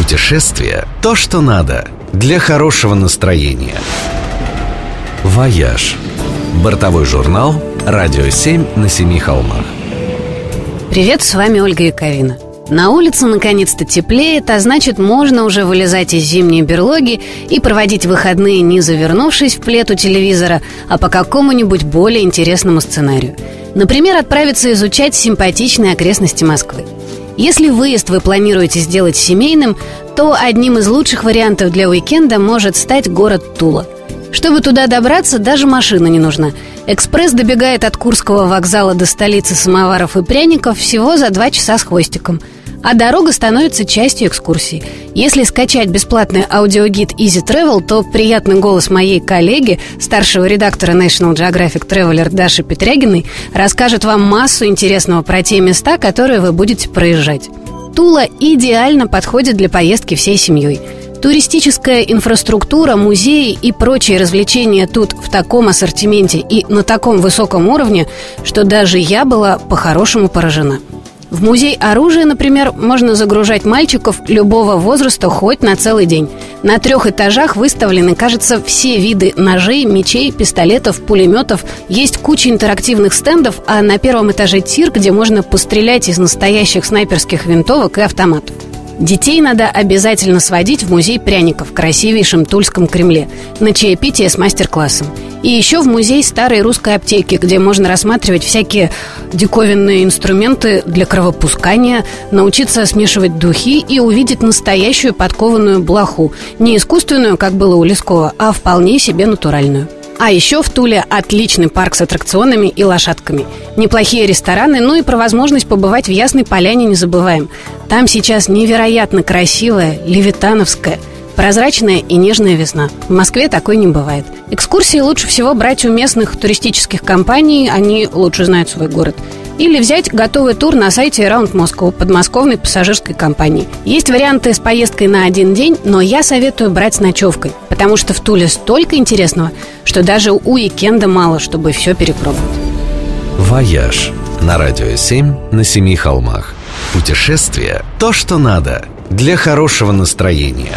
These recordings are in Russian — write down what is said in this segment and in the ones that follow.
Путешествие – то, что надо для хорошего настроения. «Вояж» – бортовой журнал «Радио 7 на семи холмах». Привет, с вами Ольга Яковина. На улице наконец-то теплеет, а значит, можно уже вылезать из зимней берлоги и проводить выходные, не завернувшись в плед у телевизора, а по какому-нибудь более интересному сценарию. Например, отправиться изучать симпатичные окрестности Москвы. Если выезд вы планируете сделать семейным, то одним из лучших вариантов для уикенда может стать город Тула. Чтобы туда добраться, даже машина не нужна. Экспресс добегает от Курского вокзала до столицы самоваров и пряников всего за 2 часа с хвостиком. А дорога становится частью экскурсии. Если скачать бесплатный аудиогид Easy Travel, то приятный голос моей коллеги, старшего редактора National Geographic Traveler Даши Петрягиной, расскажет вам массу интересного про те места, которые вы будете проезжать. Тула идеально подходит для поездки всей семьей. Туристическая инфраструктура, музеи и прочие развлечения тут в таком ассортименте и на таком высоком уровне, что даже я была по-хорошему поражена. В музей оружия, например, можно загружать мальчиков любого возраста хоть на целый день. На 3 этажах выставлены, кажется, все виды ножей, мечей, пистолетов, пулеметов. Есть куча интерактивных стендов, а на 1 этаже тир, где можно пострелять из настоящих снайперских винтовок и автоматов. Детей надо обязательно сводить в музей пряников в красивейшем Тульском Кремле на чаепитие с мастер-классом. И еще в музей старой русской аптеки, где можно рассматривать всякие диковинные инструменты для кровопускания, научиться смешивать духи и увидеть настоящую подкованную блоху. Не искусственную, как было у Лескова, а вполне себе натуральную. А еще в Туле отличный парк с аттракционами и лошадками. Неплохие рестораны, ну и про возможность побывать в Ясной Поляне не забываем. Там сейчас невероятно красивая, левитановская, прозрачная и нежная весна. В Москве такой не бывает. Экскурсии лучше всего брать у местных туристических компаний, они лучше знают свой город. Или взять готовый тур на сайте Around Moscow подмосковной пассажирской компании. Есть варианты с поездкой на 1 день, но я советую брать с ночевкой, потому что в Туле столько интересного, что даже у уикенда мало, чтобы все перепробовать. «Вояж» на Радио 7 на семи холмах. Путешествие – то, что надо для хорошего настроения.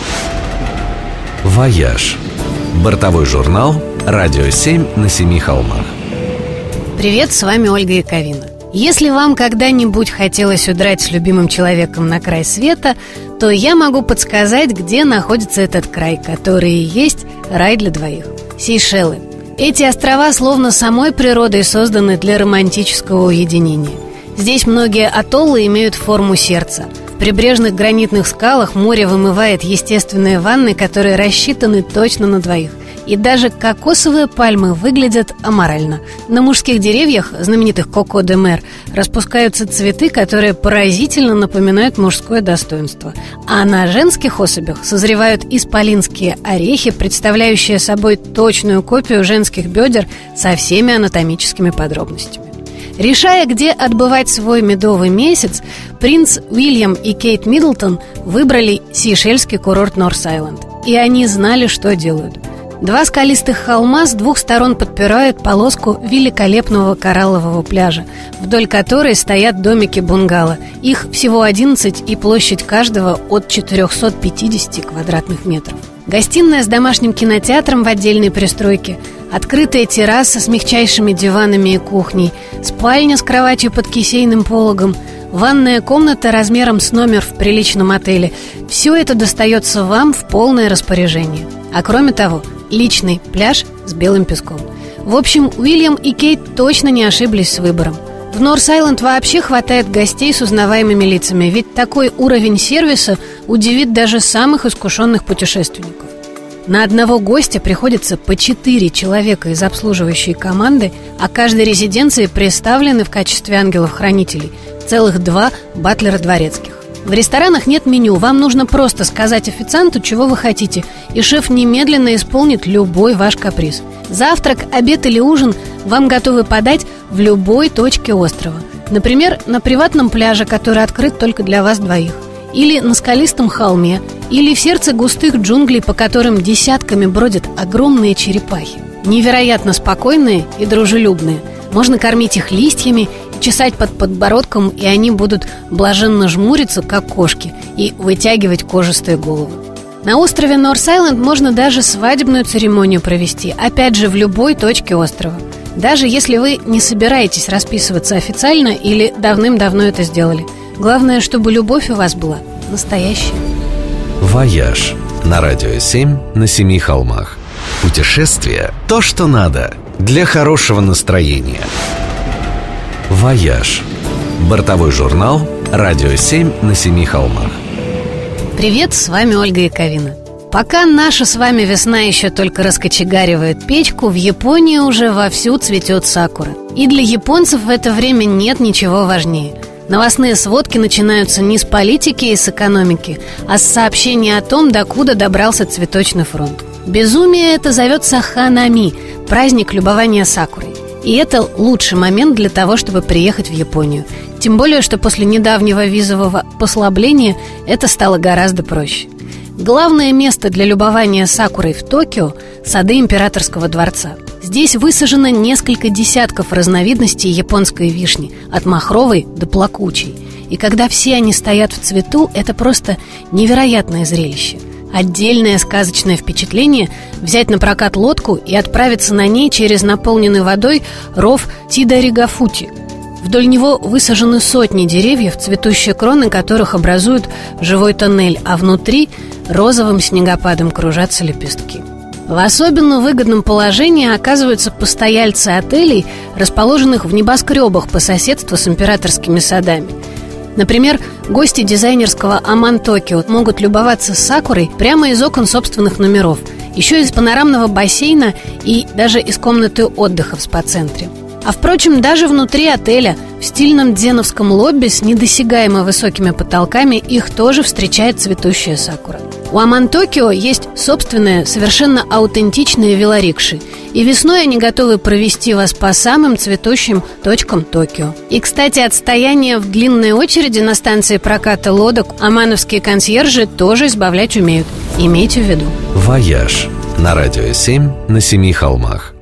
«Вояж» – бортовой журнал «Радио 7 на семи холмах». Привет, с вами Ольга Яковина. Если вам когда-нибудь хотелось удрать с любимым человеком на край света, то я могу подсказать, где находится этот край, который и есть рай для двоих. Сейшелы. Эти острова словно самой природой созданы для романтического уединения. Здесь многие атоллы имеют форму сердца. В прибрежных гранитных скалах море вымывает естественные ванны, которые рассчитаны точно на двоих. И даже кокосовые пальмы выглядят аморально. На мужских деревьях, знаменитых коко де мер, распускаются цветы, которые поразительно напоминают мужское достоинство. А на женских особях созревают исполинские орехи, представляющие собой точную копию женских бедер со всеми анатомическими подробностями. Решая, где отбывать свой медовый месяц, принц Уильям и Кейт Миддлтон выбрали сейшельский курорт Норс-Айленд. И они знали, что делают. 2 скалистых холма с 2 сторон подпирают полоску великолепного кораллового пляжа, вдоль которой стоят домики бунгало. Их всего 11, и площадь каждого от 450 квадратных метров. Гостиная с домашним кинотеатром в отдельной пристройке, открытая терраса с мягчайшими диванами и кухней, спальня с кроватью под кисейным пологом, ванная комната размером с номер в приличном отеле. Все это достается вам в полное распоряжение. А кроме того, личный пляж с белым песком. В общем, Уильям и Кейт точно не ошиблись с выбором. В Норс-Айленд вообще хватает гостей с узнаваемыми лицами, ведь такой уровень сервиса удивит даже самых искушенных путешественников. На одного гостя приходится по 4 человека из обслуживающей команды, а каждой резиденции представлены в качестве ангелов-хранителей целых 2 батлера дворецких. В ресторанах нет меню, вам нужно просто сказать официанту, чего вы хотите, и шеф немедленно исполнит любой ваш каприз. Завтрак, обед или ужин вам готовы подать в любой точке острова. Например, на приватном пляже, который открыт только для вас двоих, или на скалистом холме, или в сердце густых джунглей, по которым десятками бродят огромные черепахи. Невероятно спокойные и дружелюбные. Можно кормить их листьями чесать под подбородком, и они будут блаженно жмуриться, как кошки, и вытягивать кожистые головы. На острове Норс-Айленд можно даже свадебную церемонию провести, опять же, в любой точке острова. Даже если вы не собираетесь расписываться официально или давным-давно это сделали. Главное, чтобы любовь у вас была настоящая. «Вояж» на Радио 7 на Семи холмах. Путешествие – то, что надо для хорошего настроения. «Вояж» – бортовой журнал «Радио 7 на Семи холмах». Привет, с вами Ольга Яковина. Пока наша с вами весна еще только раскочегаривает печку, в Японии уже вовсю цветет сакура. И для японцев в это время нет ничего важнее. Новостные сводки начинаются не с политики и с экономики, а с сообщения о том, докуда добрался цветочный фронт. Безумие это зовется ханами – праздник любования сакурой. И это лучший момент для того, чтобы приехать в Японию. Тем более, что после недавнего визового послабления это стало гораздо проще. Главное место для любования сакурой в Токио – сады Императорского дворца. Здесь высажено несколько десятков разновидностей японской вишни, от махровой до плакучей. И когда все они стоят в цвету, это просто невероятное зрелище. Отдельное сказочное впечатление – взять на прокат лодку и отправиться на ней через наполненный водой ров Тидаригафути. Вдоль него высажены сотни деревьев, цветущие кроны которых образуют живой тоннель, а внутри розовым снегопадом кружатся лепестки. В особенно выгодном положении оказываются постояльцы отелей, расположенных в небоскребах по соседству с императорскими садами. Например, гости дизайнерского Аман Токио могут любоваться сакурой прямо из окон собственных номеров, еще из панорамного бассейна и даже из комнаты отдыха в спа-центре. А впрочем, даже внутри отеля, в стильном дзеновском лобби с недосягаемо высокими потолками их тоже встречает цветущая сакура. У Аман Токио есть собственные, совершенно аутентичные велорикши, и весной они готовы провести вас по самым цветущим точкам Токио. И, кстати, от стояния в длинной очереди на станции проката лодок омановские консьержи тоже избавлять умеют. Имейте в виду. «Вояж» на Радио 7 на Семи холмах.